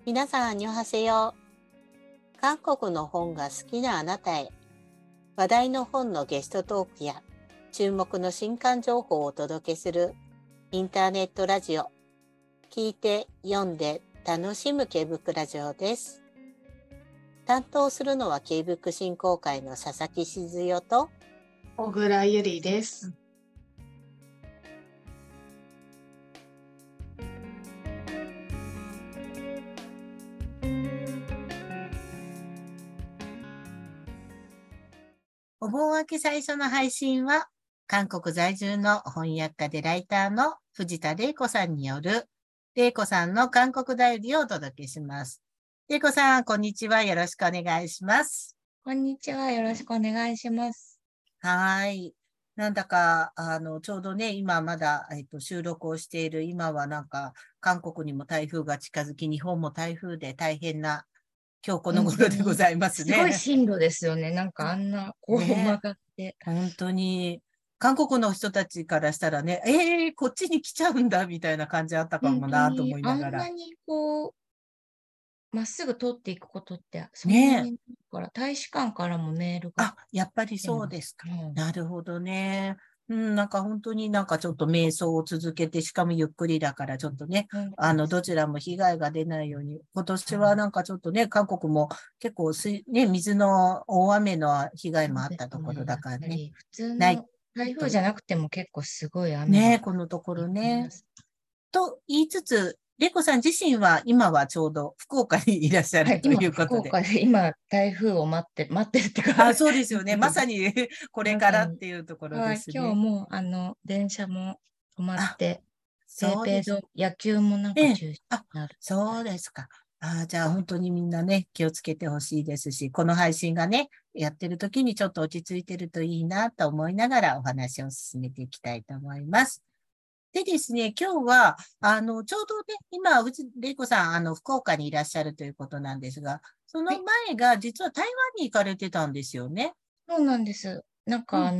皆さん、アンニョハセヨ。韓国の本が好きなあなたへ、話題の本のゲストトークや注目の新刊情報をお届けするインターネットラジオ、聞いて読んで楽しむ K-BOOK ラジオです。担当するのは K-BOOK 振興会の佐々木静代と小倉ゆりです。 お盆明け最初の配信は、韓国在住の翻訳家でライターの藤田玲子さんによる、玲子さんの韓国ダイアリーをお届けします。玲子さん、こんにちは。よろしくお願いします。 こんにちは。よろしくお願いします。 はい。なんだか、ちょうどね、今まだ、収録をしている今はなんか、韓国にも台風が近づき、日本も台風で大変な今日この頃でございますね。 すごい進路ですよね。なんかあんな、こう曲がって。 本当に、韓国の人たちからしたらね、こっちに来ちゃうんだ、みたいな感じあったかもな、と思いながら。 あんなにこう、まっすぐ通っていくことって、そんなにから、大使館からもメールが。 やっぱりそうですか。なるほどね。なんか本当になんかちょっと瞑想を続けて、しかもゆっくりだからちょっとね、どちらも被害が出ないように、今年はなんかちょっとね、韓国も結構水の大雨の被害もあったところだからね。 普通の台風じゃなくても結構すごい雨ね、このところね。と言いつつ、玲子さん自身は今はちょうど福岡にいらっしゃるということで。 福岡で今台風を待ってるってか。 そうですよね。まさにこれからっていうところですね。 今日も電車も止まって、ペイペイ野球もなんか中止になる。 そうですか。じゃあ本当にみんなね、気をつけてほしいですし、この配信がね、やってる時にちょっと落ち着いてるといいなと思いながらお話を進めていきたいと思います。でですね、今日は、ちょうどね、今、玲子さん、福岡にいらっしゃるということなんですが、その前が、実は台湾に行かれてたんですよね。 そうなんです。なんか、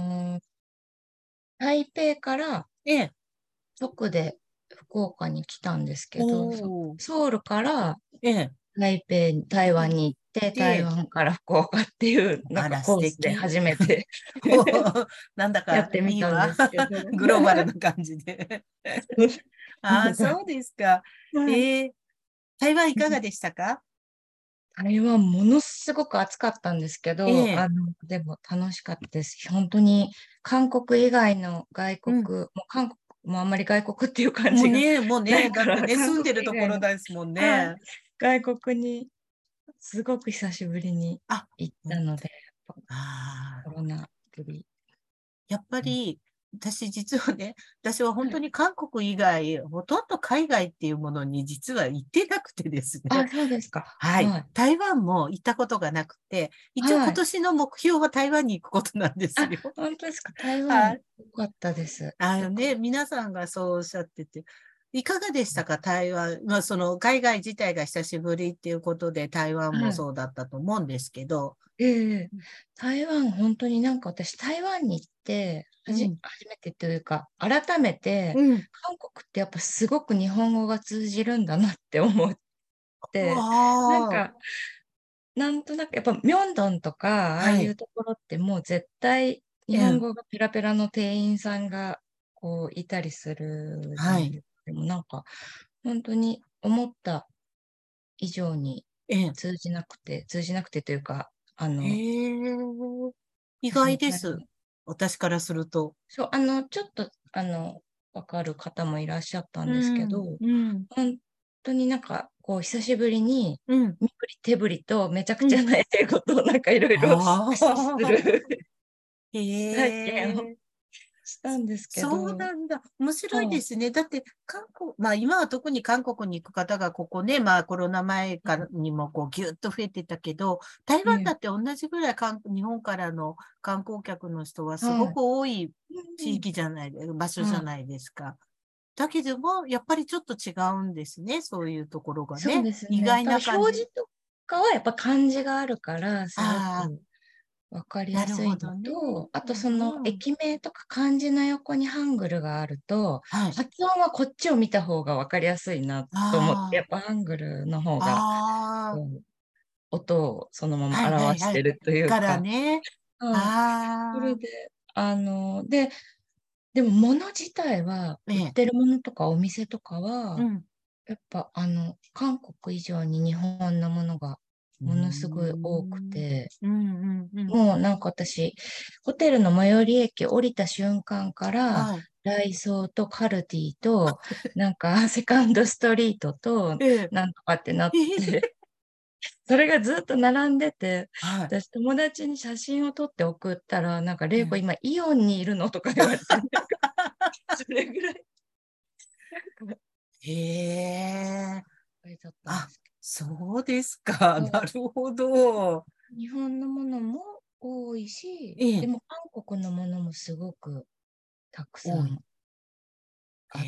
台北から、直で福岡に来たんですけど、ソウルから、台湾に行って、台湾から福岡っていう、なんかコースで初めてなんだかやってみたんですけど。 グローバルな感じで。そうですか。台湾いかがでしたか？ 台湾ものすごく暑かったんですけど、でも楽しかったです。本当に韓国以外の外国、もう韓国もあんまり外国っていう感じが。 もうね、だってね、住んでるところですもんね。 外国にすごく久しぶりに行ったので、コロナぶり。 やっぱり、実はね、私は本当に韓国以外、ほとんど海外っていうものに実は行ってなくてですね。 そうですか。 はい。台湾も行ったことがなくて、一応今年の目標は台湾に行くことなんですよ。 本当ですか。台湾良かったです。 皆さんがそうおっしゃってて。いかがでしたか、台湾。その海外自体が久しぶりっていうことで、台湾もそうだったと思うんですけど。 台湾、本当になんか私、台湾に行って、初めてというか、改めて、韓国ってやっぱすごく日本語が通じるんだなって思って、なんとなく、やっぱミョンドンとか、ああいうところってもう絶対日本語がペラペラの店員さんがこういたりするじゃないですか。でもなんか、本当に思った以上に通じなくてというか、 意外です。私からすると。 そう、ちょっと、わかる方もいらっしゃったんですけど、本当になんか、こう、久しぶりに、身振り手振りとめちゃくちゃな英語となんかいろいろする体験をしたんですけど。 そうなんだ。面白いですね。だって、今は特に韓国に行く方がここね、コロナ前からにもこうギュッと増えてたけど、台湾だって同じぐらい日本からの観光客の人はすごく多い地域じゃない、場所じゃないですか。だけども、やっぱりちょっと違うんですね。そういうところがね。 そうですね。 意外な感じ。 表示とかはやっぱ漢字があるから、すごく分かりやすいのと、あとその駅名とか漢字の横にハングルがあると、発音はこっちを見た方が分かりやすいなと思って、やっぱハングルの方が、音をそのまま表してるというか。 からね。 それで、でも物自体は、売ってるものとかお店とかは、やっぱ韓国以上に日本のものがものすごい多くて、もうなんか私、ホテルの最寄り駅降りた瞬間から、ダイソーとカルディと、なんかセカンドストリートと、なんとかってなって、それがずっと並んでて、私友達に写真を撮って送ったら、なんか、玲子今イオンにいるのとか言われて、それぐらい。 へえ。あ、そうですか。なるほど。 日本のものも多いし、でも韓国のものもすごくたくさんあって、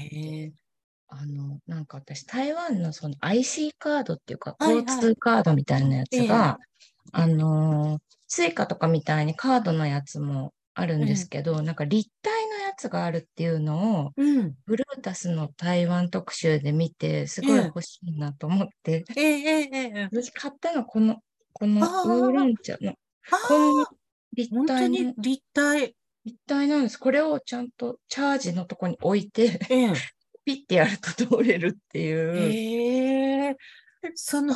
なんか私、台湾のその IC カードっていうか、交通カードみたいなやつが、スイカとかみたいにカードのやつもあるんですけど、なんか立体のやつがあるっていうのを、ブルータスの台湾特集で見て、すごい欲しいなと思って、私買ったのこのウーロン茶の、こんな立体の、 本当に立体なんです。これをちゃんとチャージのとこに置いて、ピッてやると通れるっていう。 へえ。こ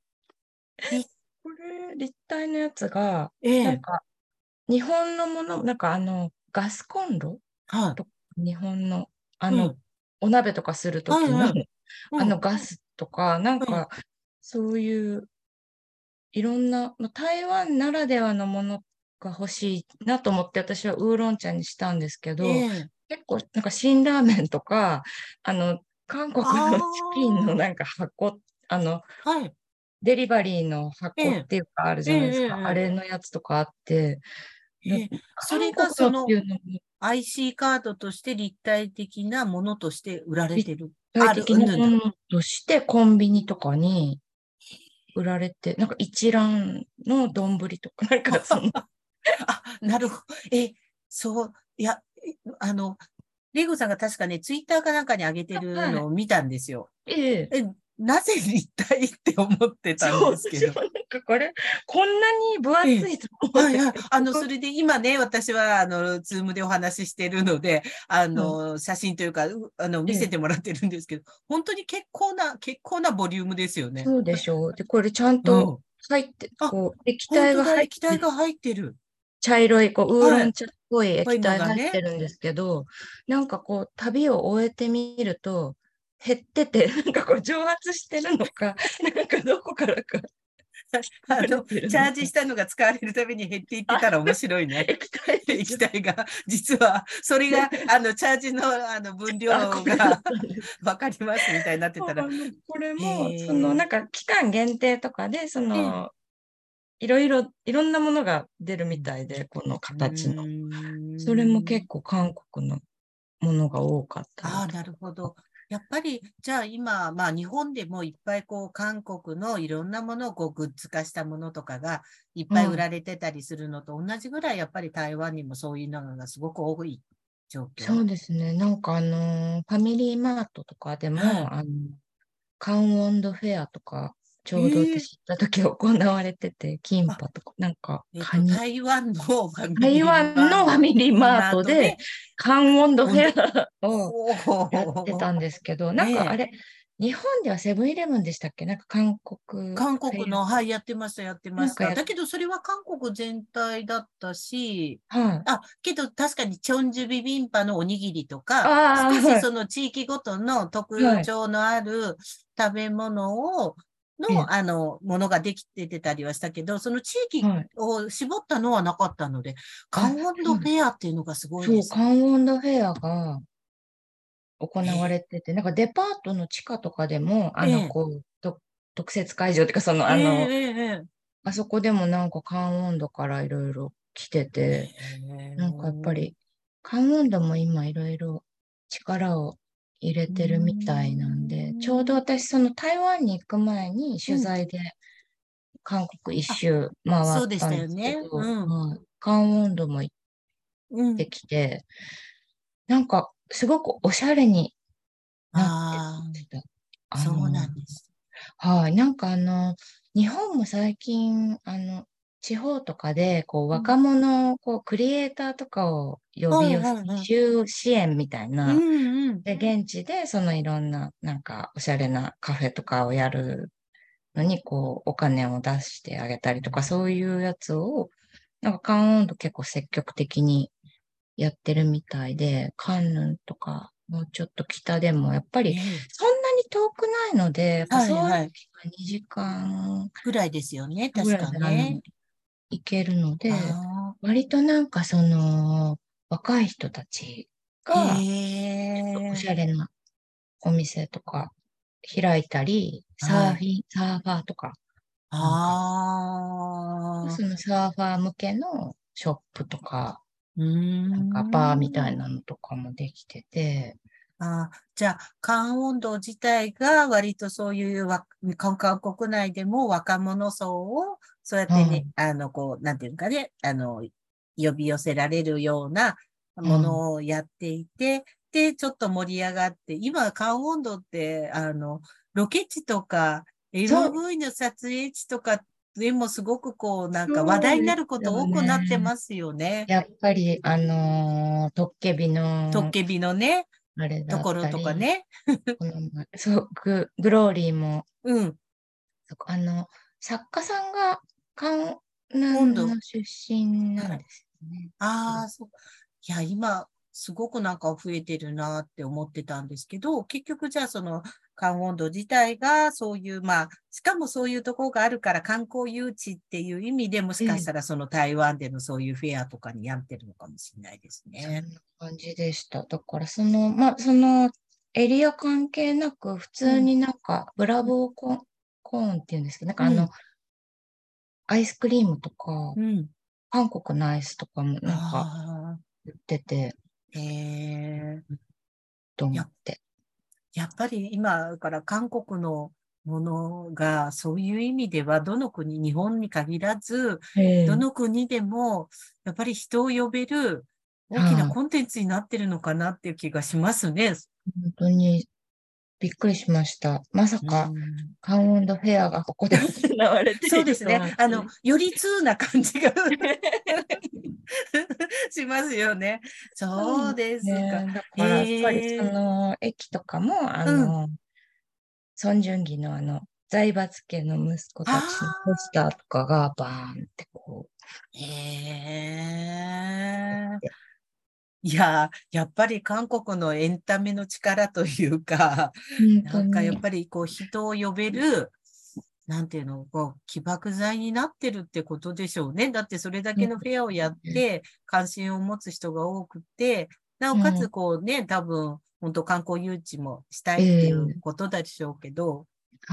れ立体のやつが、なんか、日本のもの、なんかガスコンロとか、日本の、お鍋とかするときの、ガスとか、なんか、そういう、いろんな、台湾ならではのものが欲しいなと思って、私はウーロン茶にしたんですけど、結構、なんか辛ラーメンとか、韓国のチキンのなんか箱、デリバリーの箱っていうかあるじゃないですか。あれのやつとかあって、 それがその IC カードとして立体的なものとして売られてる。 立体的なものとしてコンビニとかに売られて、なんか一蘭の丼とか、なんかその。 なるほど。そう、いや、レイゴさんが確かね、ツイッターかなんかに上げてるのを見たんですよ。なぜ立体って思ってたんですけど。 なんかこれ、こんなに分厚いと思って。 それで今ね、私は、ズームでお話ししてるので、写真というか、見せてもらってるんですけど、本当に結構なボリュームですよね。 そうでしょう。で、これちゃんと入って、こう、液体が入ってる。 茶色い、ウーロン茶っぽい液体入ってるんですけど、なんかこう、旅を終えてみると、減ってて、なんかこう、蒸発してるのか、なんかどこからか。 チャージしたのが使われるために減っていってたら面白いね。液体が。実は、それが、チャージの、分量がわかりますみたいになってたら。 これも、なんか、期間限定とかで、いろんなものが出るみたいで、この形の。それも結構韓国のものが多かったり。 なるほど。やっぱり、じゃあ今、日本でもいっぱい韓国のいろんなものをグッズ化したものとかがいっぱい売られてたりするのと同じぐらい、やっぱり台湾にもそういうのがすごく多い状況。 そうですね。なんかファミリーマートとかでも、カンウォンドフェアとか、ちょうど私行った時行われてて、キンパとか、なんか、 台湾のファミリーマートで、カンウォンドフェアをやってたんですけど、なんかあれ、日本ではセブンイレブンでしたっけ？なんか韓国の、やってました。だけど、それは韓国全体だったし、けど確かにチョンジュビビンパのおにぎりとか、少しその地域ごとの特徴のある食べ物を、ものができてたりはしたけど、その地域を絞ったのはなかったので、カンウォンドフェアっていうのがすごいです。 そう、カンウォンドフェアが行われてて、なんかデパートの地下とかでも、特設会場っていうか、あそこでもなんかカンウォンドからいろいろ来てて、なんかやっぱり、カンウォンドも今いろいろ力を入れてるみたいなんで、ちょうど私台湾に行く前に取材で韓国一周回ったんですけど、カンウォンドも行ってきて、なんかすごくおしゃれになってた。 そうなんです。 はい。なんか日本も最近、地方とかで、こう、若者、こう、クリエイターとかを呼び寄せ、移住支援みたいな、で、現地で、そのいろんな、なんか、おしゃれなカフェとかをやるのに、こう、お金を出してあげたりとか、そういうやつを、なんか、カンウォンド結構積極的にやってるみたいで、カンヌンとか、もうちょっと北でも、やっぱり、そんなに遠くないので、やっぱそういう2時間ぐらいですよね、確かね。 行けるので、割となんか若い人たちが、おしゃれなお店とか開いたり、サーファーとか、そのサーファー向けのショップとか、なんかバーみたいなのとかもできてて、 じゃあ、カンウォンド自体が割とそういう韓国内でも若者層を、そうやってね、こう、なんていうかね、呼び寄せられるようなものをやっていて、で、ちょっと盛り上がって、今、カンウォンドって、ロケ地とか、MV の撮影地とかでもすごくこう、なんか話題になること多くなってますよね。 やっぱり、トッケビのね、 あれだところとかね。 そう、グローリーも。 うん。 作家さんがカンナンの出身なんですよね。 そう。いや、今、すごくなんか増えてるなって思ってたんですけど、結局じゃあそのカンウォンド自体がそういう、しかもそういうところがあるから観光誘致っていう意味でもしかしたらその台湾でのそういうフェアとかにやってるのかもしれないですね。 そんな感じでした。だからそのエリア関係なく普通になんかブラボーコーンっていうんですけど、なんかアイスクリームとか、韓国のアイスとかもなんか売ってて、と思って。 やっぱり今から韓国のものがそういう意味ではどの国、日本に限らず、どの国でもやっぱり人を呼べる大きなコンテンツになってるのかなっていう気がしますね。 本当にびっくりしました。まさか、カンウォンドフェアがここで行われているそうですね。より通な感じがしますよね。そうですか。 だからやっぱりその駅とかも、ソン・ジュンギの財閥家の息子たちのポスターとかがバーンってこう。 いや、やっぱり韓国のエンタメの力というか、なんかやっぱりこう人を呼べる、なんていうの、こう起爆剤になってるってことでしょうね。だってそれだけのフェアをやって関心を持つ人が多くて、なおかつこうね、多分本当観光誘致もしたいっていうことでしょうけど、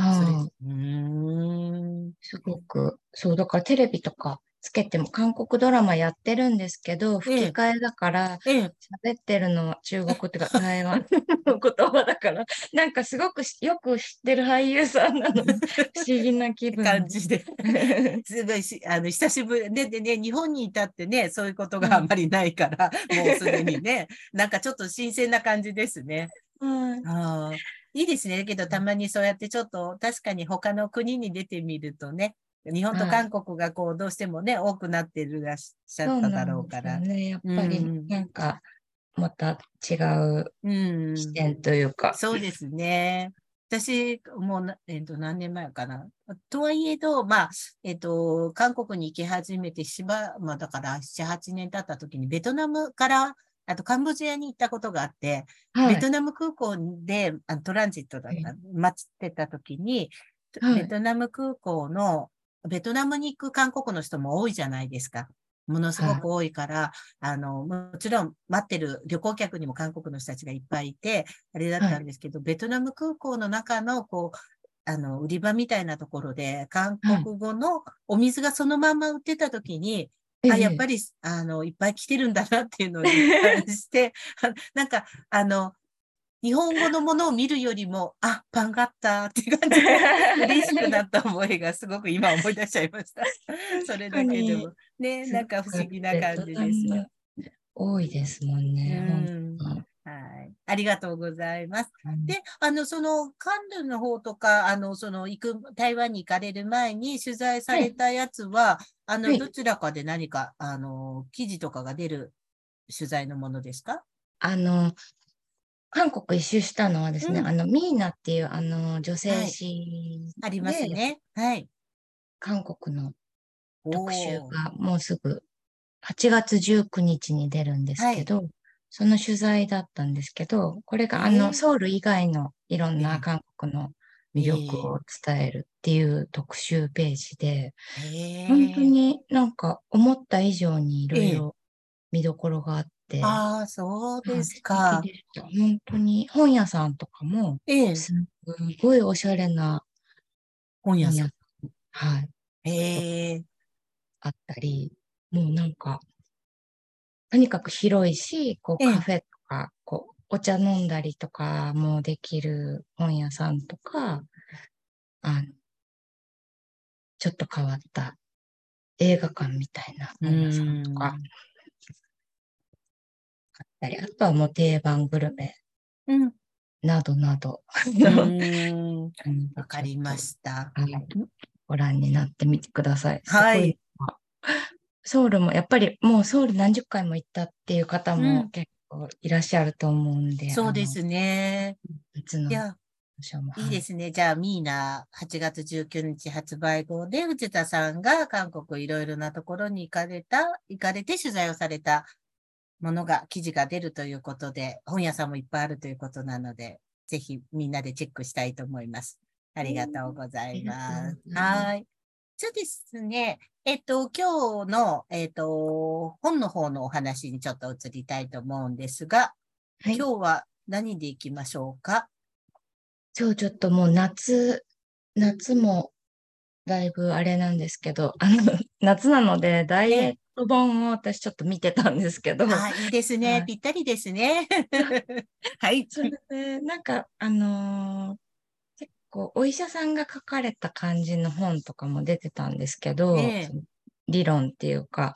すごく、そう、だからテレビとかつけても韓国ドラマやってるんですけど、吹き替えだから、喋ってるのは中国っていうか台湾の言葉だから、なんかすごくよく知ってる俳優さんなの、不思議な気分。 感じで。すごい久しぶりでね、日本にいたってね、そういうことがあんまりないから、もうすでにね、なんかちょっと新鮮な感じですね。いいですね。だけど、たまにそうやってちょっと、確かに他の国に出てみるとね、日本と韓国がこう、どうしてもね、多くなってらっしゃっただろうから。 ね、やっぱり、なんか、また違う視点というか。 そうですね。私、もう何年前かな。とはいえど、韓国に行き始めてだから7、8年経った時にベトナムから、あとカンボジアに行ったことがあって、ベトナム空港でトランジットだった、待ってた時に、ベトナム空港の、ベトナムに行く韓国の人も多いじゃないですか。ものすごく多いから、もちろん待ってる旅行客にも韓国の人たちがいっぱいいて、あれだったんですけど、ベトナム空港の中の、こう、売り場みたいなところで、韓国語のお水がそのまま売ってた時に、やっぱり、いっぱい来てるんだなっていうのを実感して、なんか、 日本語のものを見るよりも、あ、パンがあったって感じで嬉しくなった思いがすごく今思い出しちゃいました。それだけでも。ね、なんか不思議な感じですよ。 多いですもんね。 はい。ありがとうございます。で、その、カンヌの方とか、台湾に行かれる前に取材されたやつは、どちらかで何か、記事とかが出る取材のものですか？ 韓国一周したのはですね、ミーナっていう、女性誌で、 ありますね。はい。 韓国の特集がもうすぐ8月19日に出るんですけど、その取材だったんですけど、これがソウル以外のいろんな韓国の魅力を伝えるっていう特集ページで、本当になんか思った以上にいろいろ見どころがあって、 ああ、そうですか。 本当に本屋さんとかも、すごいおしゃれな本屋さん。 はい。あったり、もうなんか、とにかく広いし、こうカフェとか、こうお茶飲んだりとかもできる本屋さんとか、ちょっと変わった映画館みたいな本屋さんとか、あったり、あとはもう定番グルメ、などなど。 わかりました。 ご覧になってみてください。 はい。 ソウルも、やっぱりもうソウル何十回も行ったっていう方も結構いらっしゃると思うんで。 そうですね。 いや、 いいですね。じゃあ、ミーナ8月19日発売後で、藤田さんが韓国いろいろなところに行かれて取材をされたものが、記事が出るということで、本屋さんもいっぱいあるということなので、ぜひみんなでチェックしたいと思います。ありがとうございます。はい。そうですね。今日の、本の方のお話にちょっと移りたいと思うんですが、今日は何でいきましょうか？ 今日ちょっともう夏もだいぶあれなんですけど、夏なのでダイエット本を私ちょっと見てたんですけど。 いいですね。ぴったりですね。はい。 それで、なんか、結構お医者さんが書かれた感じの本とかも出てたんですけど、理論っていうか、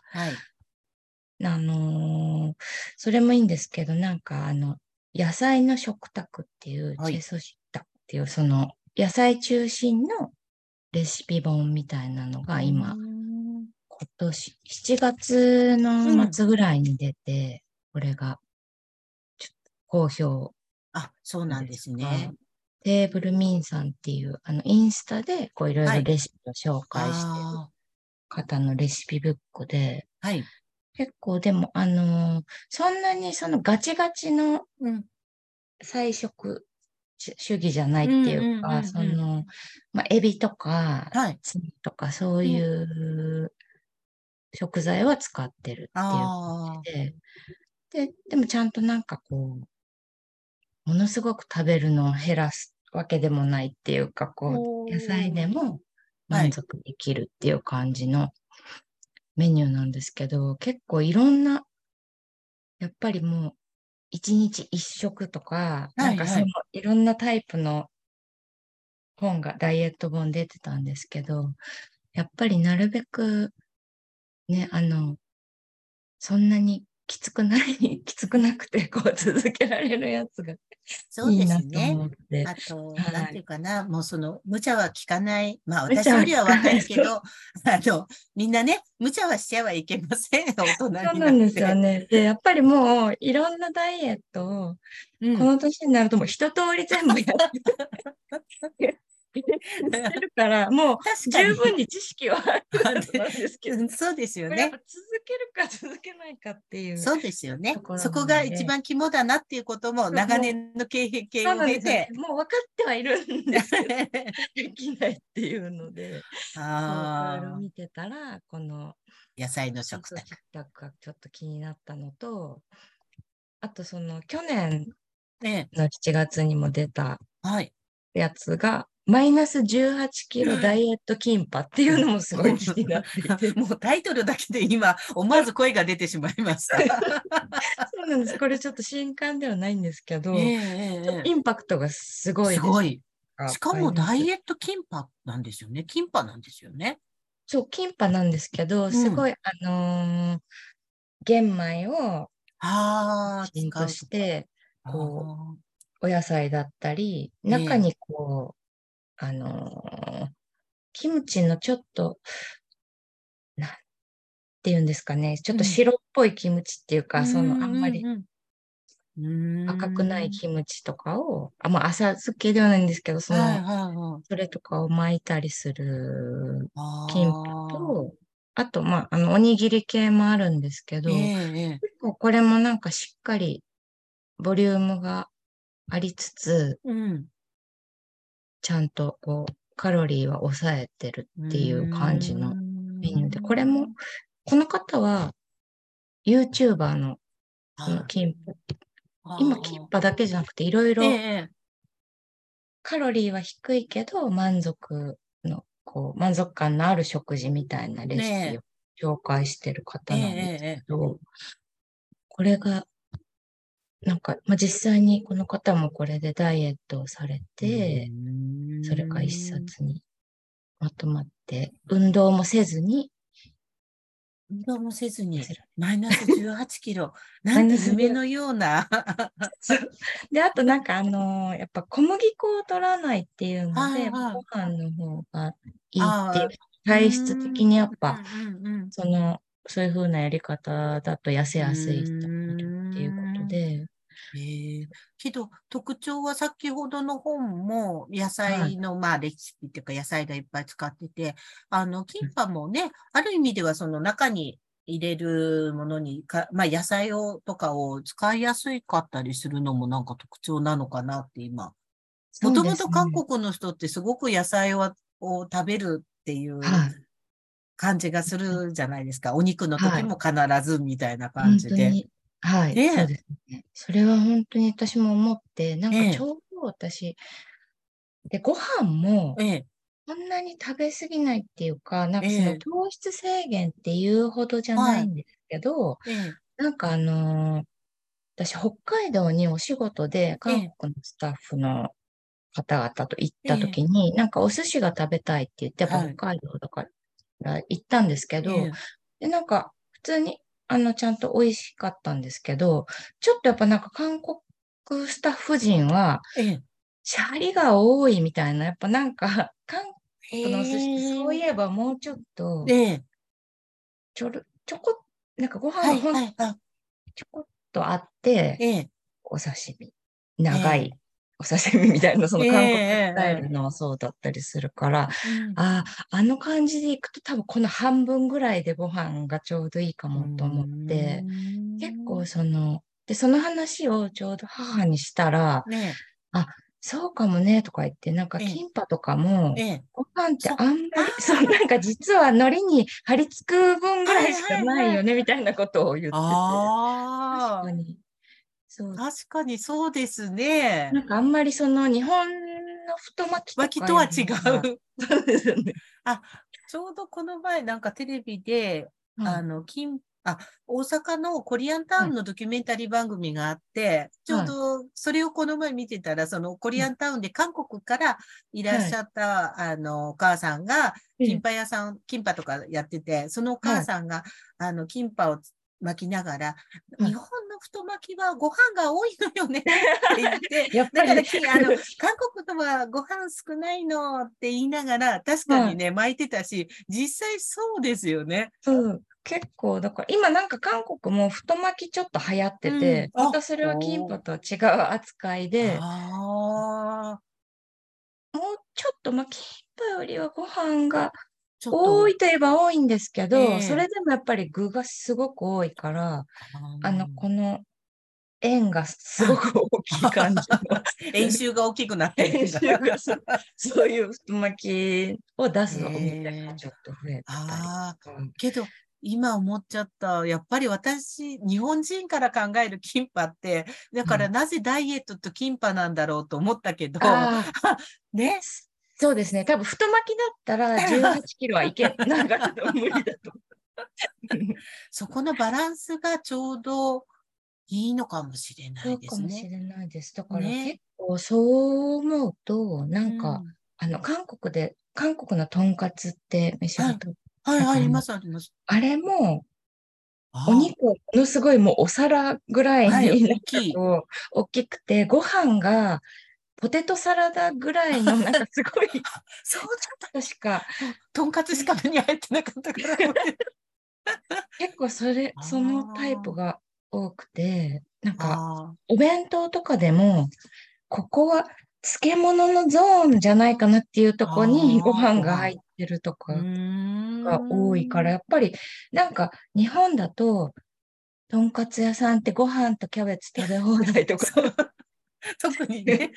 それもいいんですけど、なんか野菜の食卓っていう、チェソシッタっていう、その野菜中心のレシピ本みたいなのが今年7月の末ぐらいに出て、これがちょっと好評。 そうなんですね。 テーブルミンさんっていう、インスタでこういろいろレシピを紹介してる方のレシピブックで、結構でも、そんなにそのガチガチの菜食主義じゃないっていうか、エビとか、ツナとかそういう食材は使ってるっていう感じで、でもちゃんとなんかこう、ものすごく食べるのを減らすわけでもないっていうか、こう、野菜でも満足できるっていう感じのメニューなんですけど、結構いろんな、やっぱりもう、一日一食とか、なんかその、いろんなタイプの本が、ダイエット本出てたんですけど、やっぱりなるべく、ね、そんなにきつくなくて、こう続けられるやつがいいなと思って。 あと、なんていうかな、もうその、無茶は効かない。まあ、私よりは若いけど、みんなね、無茶はしちゃはいけません。大人になって。 そうなんですよね。で、やっぱりもう、いろんなダイエットを、この年になるともう一通り全部やってしてるから、もう十分に知識はあるんですけど。 そうですよね。 続けるか続けないかっていう。 そうですよね。そこが一番肝だなっていうことも長年の経験を経て。 もう分かってはいるんですけど、できないっていうので、いろいろ見てたら、この野菜の食卓がちょっと気になったのと、あとその去年の7月にも出たやつが、 マイナス18キロダイエットキンパっていうのもすごい気になっていて。 もうタイトルだけで今、思わず声が出てしまいました。 そうなんです。これちょっと新刊ではないんですけど、インパクトがすごいです。 すごい。しかもダイエットキンパなんですよね。キンパなんですよね。 そう、キンパなんですけど、すごい、玄米をきちんとして、こう、お野菜だったり、中にこう、キムチのちょっと、なんていうんですかね、ちょっと白っぽいキムチっていうか、あんまり赤くないキムチとかを、まあ、浅漬けではないんですけど、それとかを巻いたりするキンパと、あと、まあ、おにぎり系もあるんですけど、結構これもなんかしっかりボリュームがありつつ、ちゃんとこう、カロリーは抑えてるっていう感じのメニューで、これも、この方は YouTuber のこのキンパ、今キンパだけじゃなくていろいろカロリーは低いけど満足感のある食事みたいなレシピを紹介してる方なんですけど、これがなんか、まあ、実際にこの方もこれでダイエットをされて、それが一冊にまとまって、運動もせずに、 マイナス18キロ。なんて夢のような。 で、あとなんかやっぱ小麦粉を取らないっていうので、ご飯の方がいいっていう、体質的にやっぱ、そういう風なやり方だと痩せやすい人もいるっていうことで。 けど、特徴は先ほどの本も野菜の、まあ、レシピっていうか野菜がいっぱい使ってて、キンパもね、ある意味ではその中に入れるものにまあ、野菜とかを使いやすかったりするのもなんか特徴なのかなって今。もともと韓国の人ってすごく野菜を食べるっていう感じがするじゃないですか。お肉の時も必ずみたいな感じで。 はい、そうですね。それは本当に私も思って、なんかちょうど私、で、ご飯も、こんなに食べ過ぎないっていうか、なんかその糖質制限っていうほどじゃないんですけど、なんか私北海道にお仕事で韓国のスタッフの方々と行った時に、なんかお寿司が食べたいって言って、やっぱ北海道だから行ったんですけど、で、なんか普通にちゃんと美味しかったんですけど、ちょっとやっぱなんか韓国スタッフ陣は、シャリが多いみたいな、やっぱなんか、韓国のお寿司ってそういえばもうちょっと、ちょこ、なんかご飯がちょこっとあって、お刺身、長いお刺身みたいな、その韓国スタイルのそうだったりするから、あの感じでいくと多分この半分ぐらいでご飯がちょうどいいかもと思って、結構その話をちょうど母にしたら、そうかもねとか言って、なんかキンパとかも、ご飯ってあんまり、なんか実は海苔に張り付く分ぐらいしかないよね、みたいなことを言ってて。確かに。 確かにそうですね。 なんかあんまりその日本の太巻きとは違う。そうですよね。ちょうどこの前なんかテレビで、大阪のコリアンタウンのドキュメンタリー番組があって、ちょうどそれをこの前見てたら、そのコリアンタウンで韓国からいらっしゃった、お母さんが、キンパとかやってて、そのお母さんが、キンパを巻きながら、日本の太巻きはご飯が多いのよねって言って、だから韓国のはご飯少ないのって言いながら、確かにね、巻いてたし、実際そうですよね。 結構、だから今なんか韓国も太巻きちょっと流行ってて、またそれはキンパとは違う扱いで、もうちょっと、キンパよりはご飯が多いといえば多いんですけど、それでもやっぱり具がすごく多いから、この円がすごく大きい感じの。 円周が大きくなってるんだ。 そういう太巻きを出すお店がちょっと増えてたり。 けど、今思っちゃった。やっぱり私、日本人から考えるキンパって、だからなぜダイエットとキンパなんだろうと思ったけど、ね。 そうですね。多分太巻きだったら18キロはいけなかったら無理だと。 そこのバランスがちょうどいいのかもしれないですね。 そうかもしれないです。だから結構そう思うと、なんか、韓国のとんかつって召し上がった。 はい、あります、あります。 あれも、お肉をものすごいもうお皿ぐらいに大きくて、ご飯がポテトサラダぐらいのなんかすごい、 そうだった。確か。 とんかつしか目に入ってなかったから。 結構そのタイプが多くて、なんか、お弁当とかでも、ここは漬物のゾーンじゃないかなっていうとこにご飯が入ってるとかが多いから、やっぱりなんか日本だと、とんかつ屋さんってご飯とキャベツ食べ放題とか。 特にね、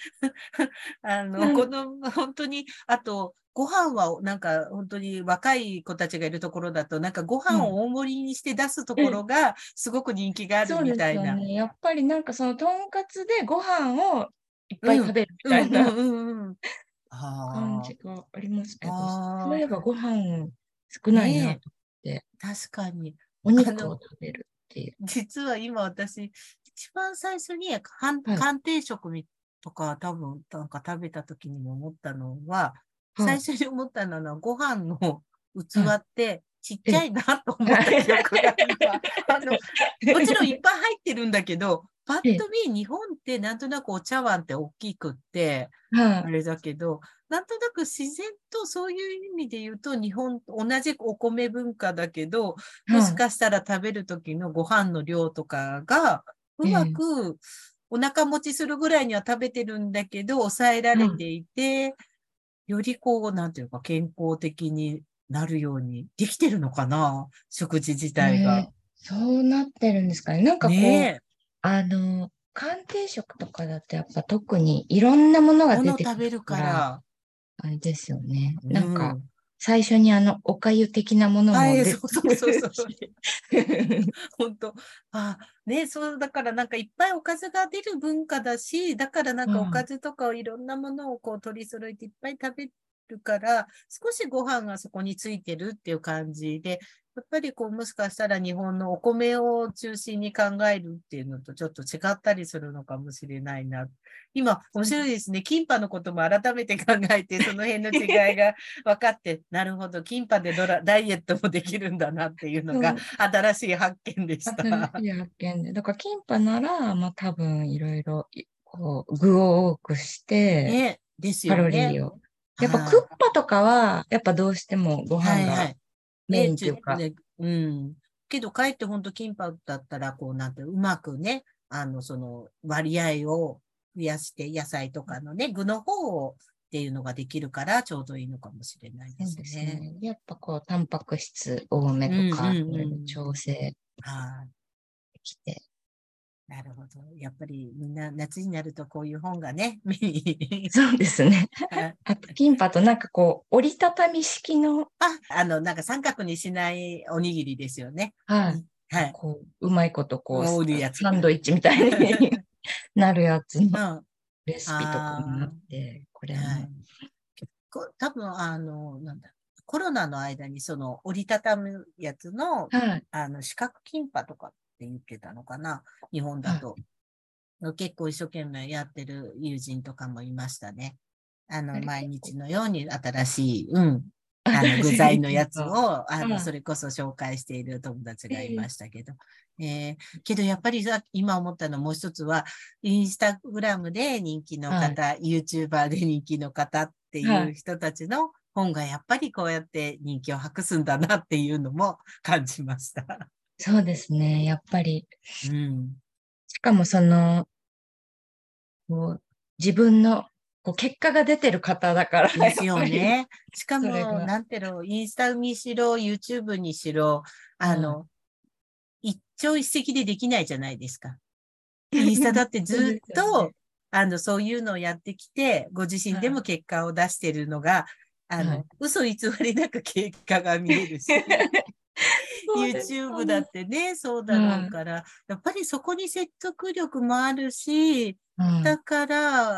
本当に、あと、ご飯はなんか本当に若い子たちがいるところだと、なんかご飯を大盛りにして出すところがすごく人気があるみたいな。 そうですよね。やっぱりなんかそのとんかつでご飯をいっぱい食べるみたいな感じがありますけど、そういえばご飯少ないなと思って。 確かに。 お肉を食べるっていう。 実は今私、一番最初に鑑定食とか多分なんか食べた時にも思ったのは、最初に思ったのはご飯の器ってちっちゃいなと思った記憶が今。もちろんいっぱい入ってるんだけど、パッと見日本ってなんとなくお茶碗って大きくって、あれだけど、なんとなく自然とそういう意味で言うと日本同じお米文化だけど、もしかしたら食べる時のご飯の量とかがうまくお腹持ちするぐらいには食べてるんだけど、抑えられていて、よりこう、なんていうか健康的になるようにできてるのかな、食事自体が。 そうなってるんですかね。なんかこう、鑑定食とかだとやっぱ特にいろんなものが出てくるから、あれですよね。なんか、最初にお粥的なものも出てくるし。 本当。そう、だからなんかいっぱいおかずが出る文化だし、だからなんかおかずとかをいろんなものをこう取り揃えていっぱい食べるから、少しご飯がそこについてるっていう感じで、やっぱりこう、もしかしたら日本のお米を中心に考えるっていうのとちょっと違ったりするのかもしれないな。今、面白いですね。キンパのことも改めて考えて、その辺の違いが分かって、なるほど、キンパでダイエットもできるんだなっていうのが新しい発見でした。 新しい発見で。だから、キンパなら、まあ多分いろいろ、こう、具を多くして、カロリーを。やっぱクッパとかは、やっぱどうしてもご飯がメインっていうか。 けど、かえって本当キンパだったら、こうなんて、うまくね、その割合を増やして、野菜とかのね、具の方をっていうのができるから、ちょうどいいのかもしれないですね。そうですね。 やっぱこう、タンパク質多めとか、調整できて。 なるほど。やっぱりみんな夏になるとこういう本がね、 そうですね。あと、キンパとなんかこう、折りたたみ式の。 なんか三角にしないおにぎりですよね。 はい。こう、うまいことこう、サンドイッチみたいになるやつのレシピとかもあって、これも。 多分、なんだ。コロナの間にその折りたたむやつの、四角キンパとかって言ってたのかな、日本だと。結構一生懸命やってる友人とかもいましたね。毎日のように新しい、具材のやつを、それこそ紹介している友達がいましたけど。けどやっぱり今思ったのもう一つは、インスタグラムで人気の方、YouTuber で人気の方っていう人たちの本がやっぱりこうやって人気を博すんだなっていうのも感じました。 そうですね、やっぱり。しかもその、こう自分の結果が出てる方だから。 ですよね。しかも、なんていうの、インスタにしろ、YouTube にしろ、一朝一夕でできないじゃないですか。インスタだってずっと、そういうのをやってきて、ご自身でも結果を出してるのが、嘘偽りなく結果が見えるし。YouTube だってね、そうだろうから、やっぱりそこに説得力もあるし、だから、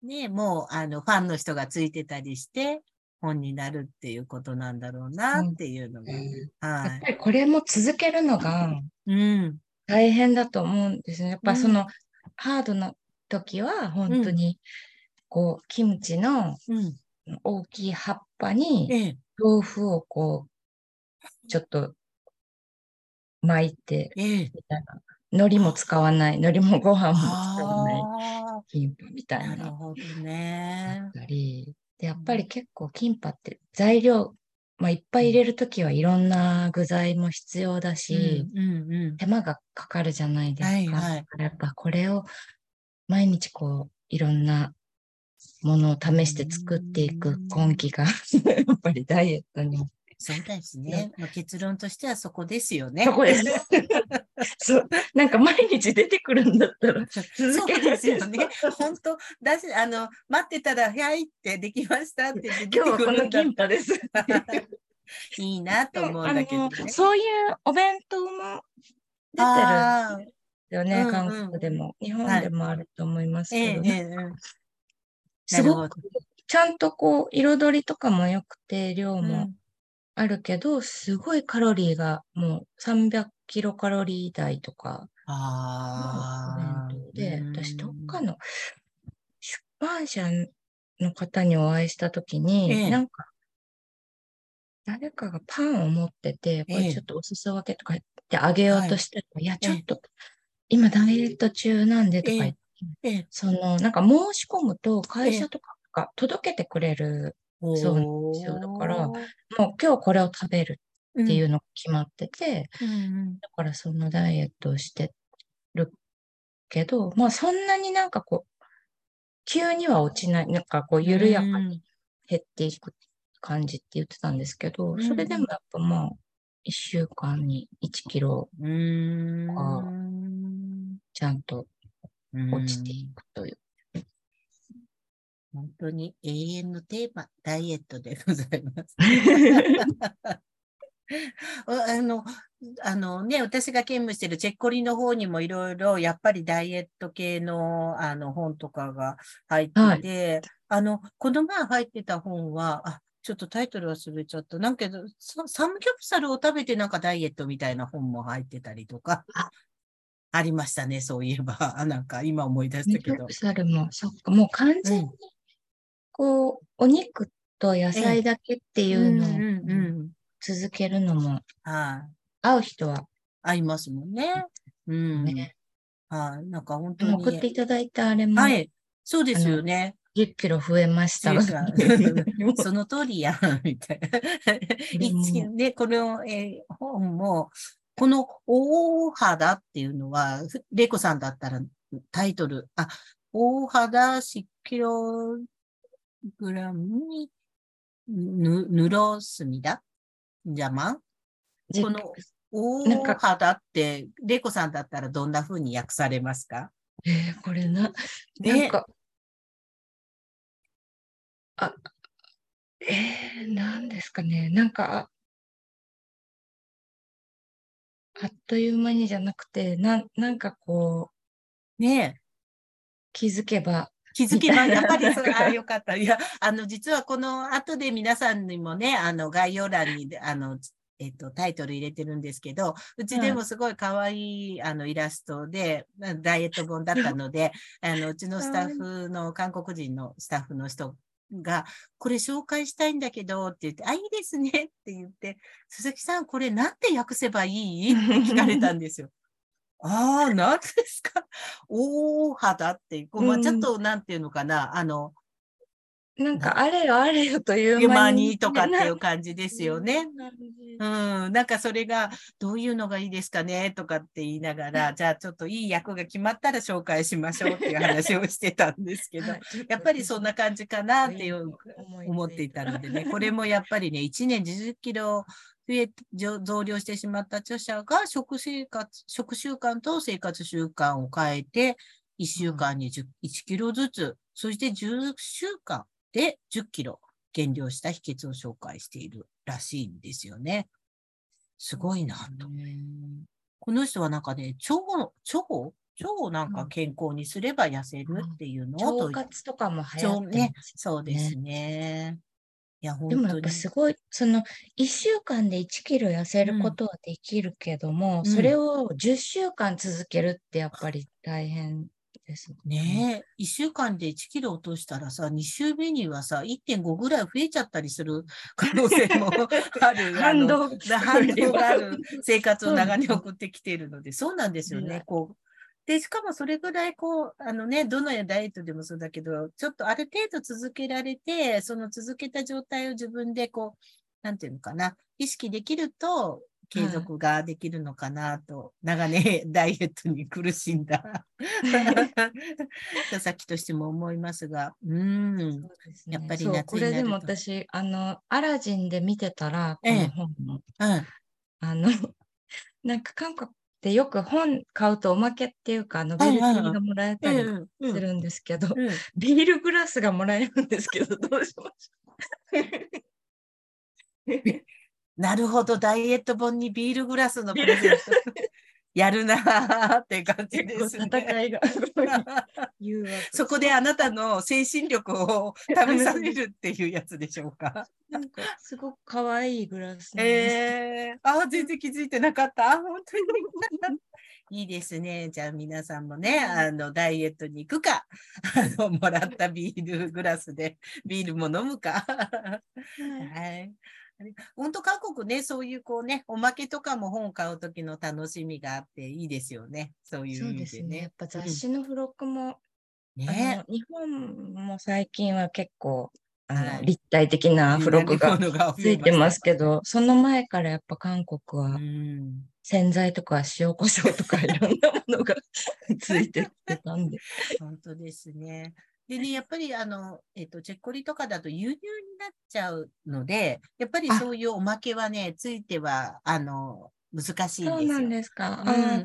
ね、もう、ファンの人がついてたりして、本になるっていうことなんだろうなっていうのが。 やっぱりこれも続けるのが大変だと思うんですね。やっぱそのハードな時は本当にこうキムチの大きい葉っぱに豆腐をこうちょっと巻いてみたいな。海苔も使わない、海苔もご飯も使わないキンパみたいな。 なるほどね。 だったり、で、やっぱり結構キンパって材料、まあ、いっぱい入れるときはいろんな具材も必要だし、手間がかかるじゃないですか。だからやっぱこれを毎日こう、いろんなものを試して作っていく根気がやっぱりダイエットにも。 そうですね。まあ、結論としてはそこですよね。 そこです。そう。なんか毎日出てくるんだったら続けそうですよね。本当だし、待ってたら、はいってできましたって言って出てくるんだったら。今日はこのキンパです。いいなと思うんだけどね。 そういうお弁当も出てるんですよね、韓国でも。日本でもあると思いますけど。すごく、ちゃんとこう、彩りとかも良くて、量もあるけど、すごいカロリーがもう300キロカロリー台とかのお弁当で、私どっかの出版社の方にお会いしたときに、なんか、誰かがパンを持ってて、これちょっとお裾分けとか言ってあげようとして、いや、ちょっと、今ダイエット中なんでとか言って、なんか申し込むと会社とかが届けてくれるそうなんですよ。だから、もう今日これを食べるっていうのが決まってて、だからそのダイエットをしてるけど、まあそんなになんかこう、急には落ちない、なんかこう緩やかに減っていく感じって言ってたんですけど、それでもやっぱまあ、1週間に1キロがちゃんと落ちていくという。 本当に永遠のテーマ、ダイエットでございます。私が兼務しているチェッコリの方にもいろいろ、やっぱりダイエット系の、本とかが入ってて、この前入ってた本は、ちょっとタイトル忘れちゃった。なんけど、サムギョプサルを食べてなんかダイエットみたいな本も入ってたりとか。ありましたね、そういえば。なんか今思い出したけど。 サムギョプサルも、そっか、もう完全に、こう、お肉と野菜だけっていうのを続けるのも、合う人は合いますもんね。なんか本当に。 送っていただいたあれも。 はい。そうですよね。 10キロ増えました。 その通りやん、みたいな。ね、この、本も、この大肌っていうのは、玲子さんだったらタイトル、大肌10キログラムにぬろすみだじゃまこの大肌って、玲子さんだったらどんな風に訳されますか？ これなんか、なんですかね。なんか、あっという間にじゃなくて、なんかこう。ねえ。 気づけば。 やっぱりそう、よかった。いや、実はこの後で皆さんにもね、概要欄に、タイトル入れてるんですけど、うちでもすごい可愛い、イラストで、ダイエット本だったので、うちのスタッフの、韓国人のスタッフの人が、これ紹介したいんだけど、って言って、いいですねって言って、鈴木さん、これなんて訳せばいいって聞かれたんですよ。何ですか？大肌っていう、ちょっとなんていうのかな、 なんかあれよあれよという間にとかっていう感じですよね。なんかそれがどういうのがいいですかねとかって言いながら、じゃあちょっといい役が決まったら紹介しましょうっていう話をしてたんですけど、やっぱりそんな感じかなっていう思っていたのでね、これもやっぱりね、1年10キロ増量してしまった著者が食習慣と生活習慣を変えて、1週間に1キロずつ、そして10週間で10キロ減量した秘訣を紹介しているらしいんですよね。すごいなと。この人はなんかね、腸腸をなんか健康にすれば痩せるっていうのを、腸活とかも流行ってますね。 そうですね。いや、本当に。 でもやっぱすごい、1週間で1キロ痩せることはできるけども、それを10週間続けるってやっぱり大変ですね。1週間で1キロ落としたらさ、2週目にはさ、1.5 ぐらい増えちゃったりする可能性もある。反動がある生活を長年送ってきているので、そうなんですよね。で、しかもそれぐらいどのダイエットでもそうだけど、ちょっとある程度続けられて、その続けた状態を自分でなんていうのかな、意識できると、継続ができるのかなと、長年ダイエットに苦しんだ佐々木としても思いますが、やっぱり夏になると。 これでも私、アラジンで見てたら、この本の、なんか韓国ってよく本買うとおまけっていうか、ノベルティがもらえたりするんですけど、ビールグラスがもらえるんですけど、どうしましょう。なるほど、ダイエット本にビールグラスのプレゼント。やるなーって感じですね。 戦いがそこであなたの精神力を試されるっていうやつでしょうか。 なんかすごく可愛いグラス。 全然気づいてなかった。本当に。いいですね。じゃあ皆さんもね、ダイエットに行くか、もらったビールグラスでビールも飲むか。はい。本当韓国ね、そういうおまけとかも本を買うときの楽しみがあっていいですよね。そういう意味でね。そうですね。 やっぱ雑誌の付録も、日本も最近は結構、立体的な付録がついてますけど、その前からやっぱ韓国は、洗剤とか塩コショウとかいろんなものがついてってたんで。 本当ですね。でね、やっぱりチェッコリとかだと輸入になっちゃうので、やっぱりそういうおまけはね、ついては、難しいんですよ。 そうなんですか。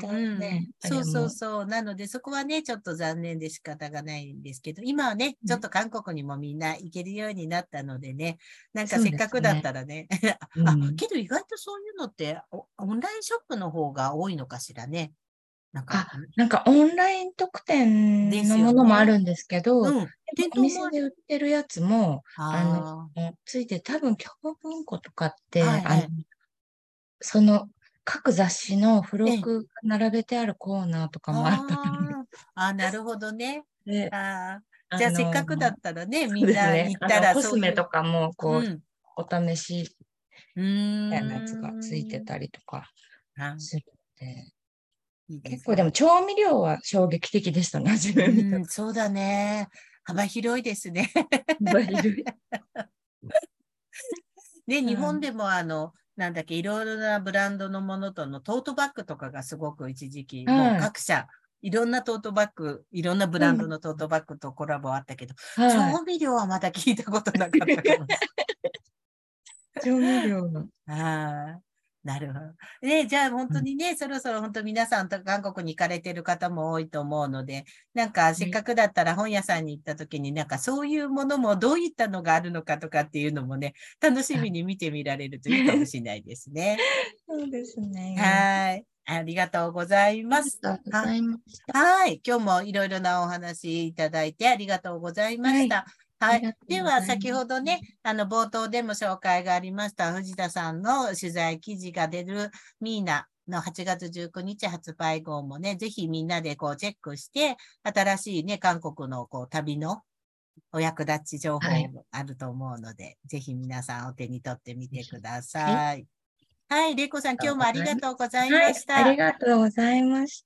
そう。なので、そこはね、ちょっと残念で仕方がないんですけど、今はね、ちょっと韓国にもみんな行けるようになったのでね、なんかせっかくだったらね。けど意外とそういうのってオンラインショップの方が多いのかしらね。 なんかオンライン特典のものもあるんですけど、お店で売ってるやつも、ついて多分、教文庫とかって、その各雑誌の付録が並べてあるコーナーとかもあったと思う。 なるほどね。じゃあせっかくだったらね、みんな行ったらコスメとかも、お試しみたいなやつがついてたりとかするので。結構でも調味料は衝撃的でしたね、初め見た。 そうだね。幅広いですね。 幅広い。 で、日本でもなんだっけ、いろいろなブランドのものとのトートバッグとかがすごく一時期、もう各社、いろんなトートバッグ、いろんなブランドのトートバッグとコラボあったけど、調味料はまだ聞いたことなかったかもしれない。 調味料の。 なるほど。ね、じゃあ本当にね、そろそろ本当皆さんと韓国に行かれてる方も多いと思うので、なんかせっかくだったら本屋さんに行った時になんかそういうものもどういったのがあるのかとかっていうのもね、楽しみに見てみられるといいかもしれないですね。 そうですね。 はい。ありがとうございます。 ありがとうございました。 はい。今日もいろいろなお話いただいてありがとうございました。はい。では、先ほどね、冒頭でも紹介がありました、藤田さんの取材記事が出るミーナの8月19日発売号もね、ぜひみんなでチェックして、新しいね、韓国の旅のお役立ち情報もあると思うので、ぜひ皆さんお手に取ってみてください。はい、玲子さん、今日もありがとうございました。 ありがとうございました。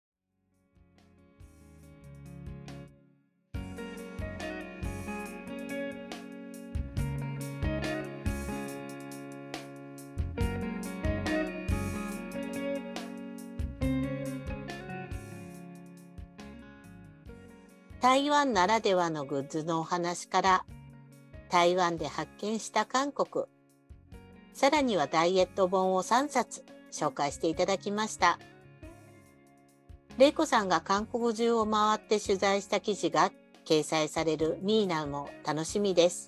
台湾ならではのグッズのお話から、台湾で発見した韓国、さらにはダイエット本を3冊紹介していただきました。玲子さんが韓国中を回って取材した記事が掲載されるミーナも楽しみです。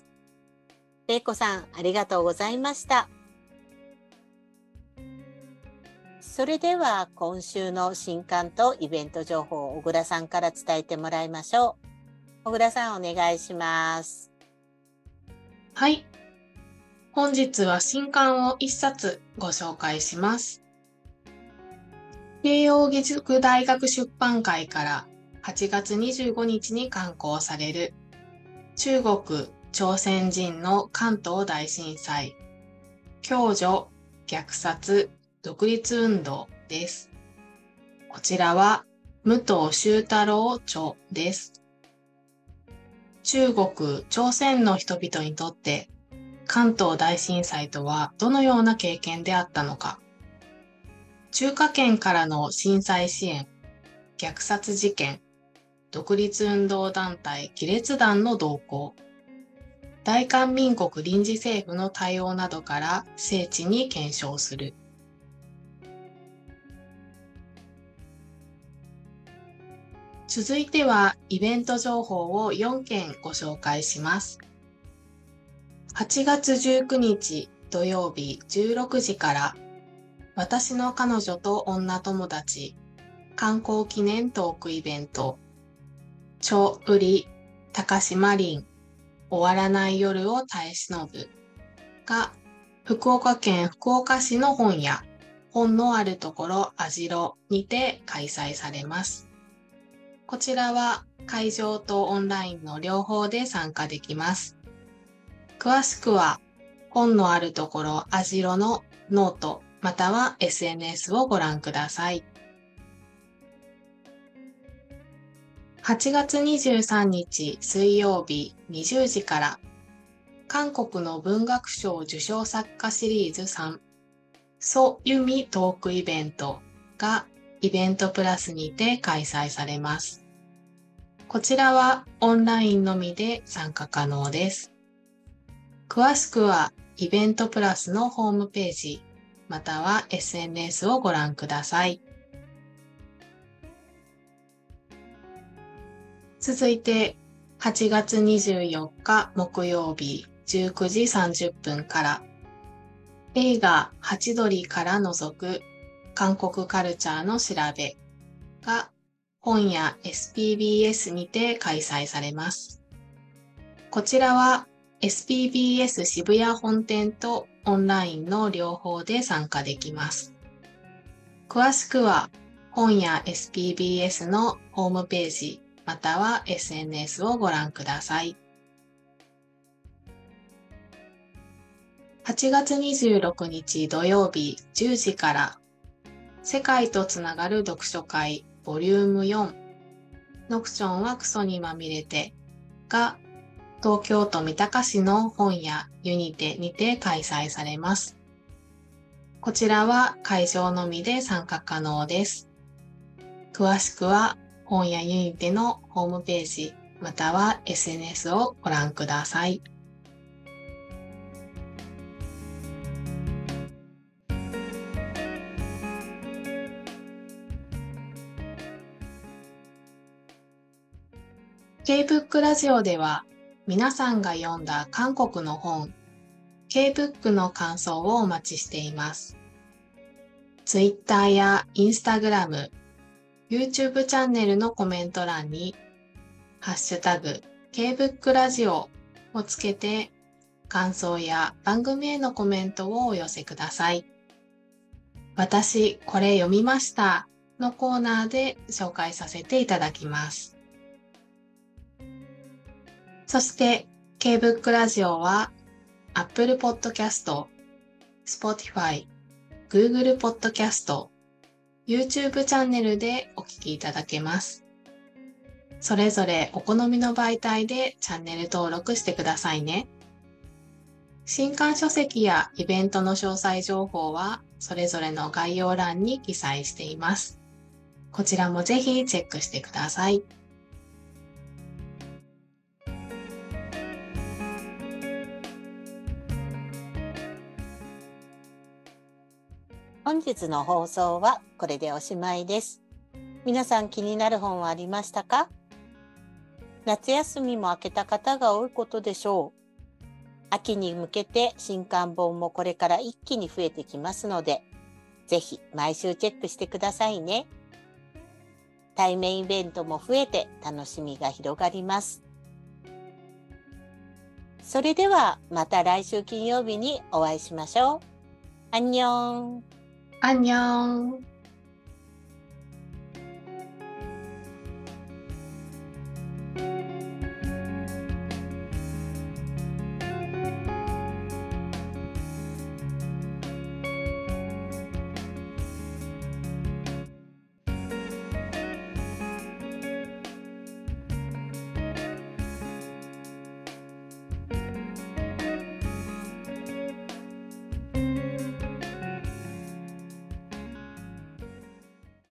玲子さん、ありがとうございました。 それでは今週の新刊とイベント情報を小倉さんから伝えてもらいましょう。小倉さんお願いします。 はい。本日は新刊を1冊ご紹介します。慶應義塾大学出版会から8月25日に刊行される中国・朝鮮人の関東大震災、共助、虐殺、独立運動です。こちらは武藤修太郎著です。中国・朝鮮の人々にとって関東大震災とはどのような経験であったのか。中華圏からの震災支援、虐殺事件、独立運動団体亀裂団の動向、大韓民国臨時政府の対応などから精緻に検証する。続いてはイベント情報を4件ご紹介します。8月19日土曜日16時から私の彼女と女友達観光記念トークイベントチョウリ高島林終わらない夜を耐え忍ぶが福岡県福岡市の本屋本のあるところあじろにて開催されます。こちらは会場とオンラインの両方で参加できます。詳しくは本のあるところあじろのノートまたは SNS をご覧ください。8月23日水曜日20時から韓国の文学賞受賞作家シリーズ3ソ・ユミトークイベントがイベントプラスにて開催されます。こちらはオンラインのみで参加可能です。詳しくはイベントプラスのホームページまたは SNS をご覧ください。続いて8月24日木曜日19時30分から映画ハチドリから覗く韓国カルチャーの調べが本屋 SPBS にて開催されます。こちらは SPBS 渋谷本店とオンラインの両方で参加できます。詳しくは本屋 SPBS のホームページまたは SNS をご覧ください。8月26日土曜日10時から世界とつながる読書会ボリューム4ノクションはクソにまみれてが東京都三鷹市の本屋ユニテにて開催されます。こちらは会場のみで参加可能です。詳しくは本屋ユニテのホームページまたは SNS をご覧ください。K-BOOK ラジオでは皆さんが読んだ韓国の本 K-BOOK の感想をお待ちしています。Twitter や Instagram、YouTube チャンネルのコメント欄にハッシュタグ K-BOOK ラジオをつけて感想や番組へのコメントをお寄せください。私これ読みましたのコーナーで紹介させていただきます。そして K-BOOK ラジオは Apple Podcast、Spotify、Google Podcast、YouTube チャンネルでお聞きいただけます。それぞれお好みの媒体でチャンネル登録してくださいね。新刊書籍やイベントの詳細情報はそれぞれの概要欄に記載しています。こちらもぜひチェックしてください。 本日の放送はこれでおしまいです。皆さん気になる本はありましたか？夏休みも明けた方が多いことでしょう。秋に向けて新刊本もこれから一気に増えてきますので、 ぜひ毎週チェックしてくださいね。対面イベントも増えて楽しみが広がります。それではまた来週金曜日にお会いしましょう。アンニョン。 アンニョン。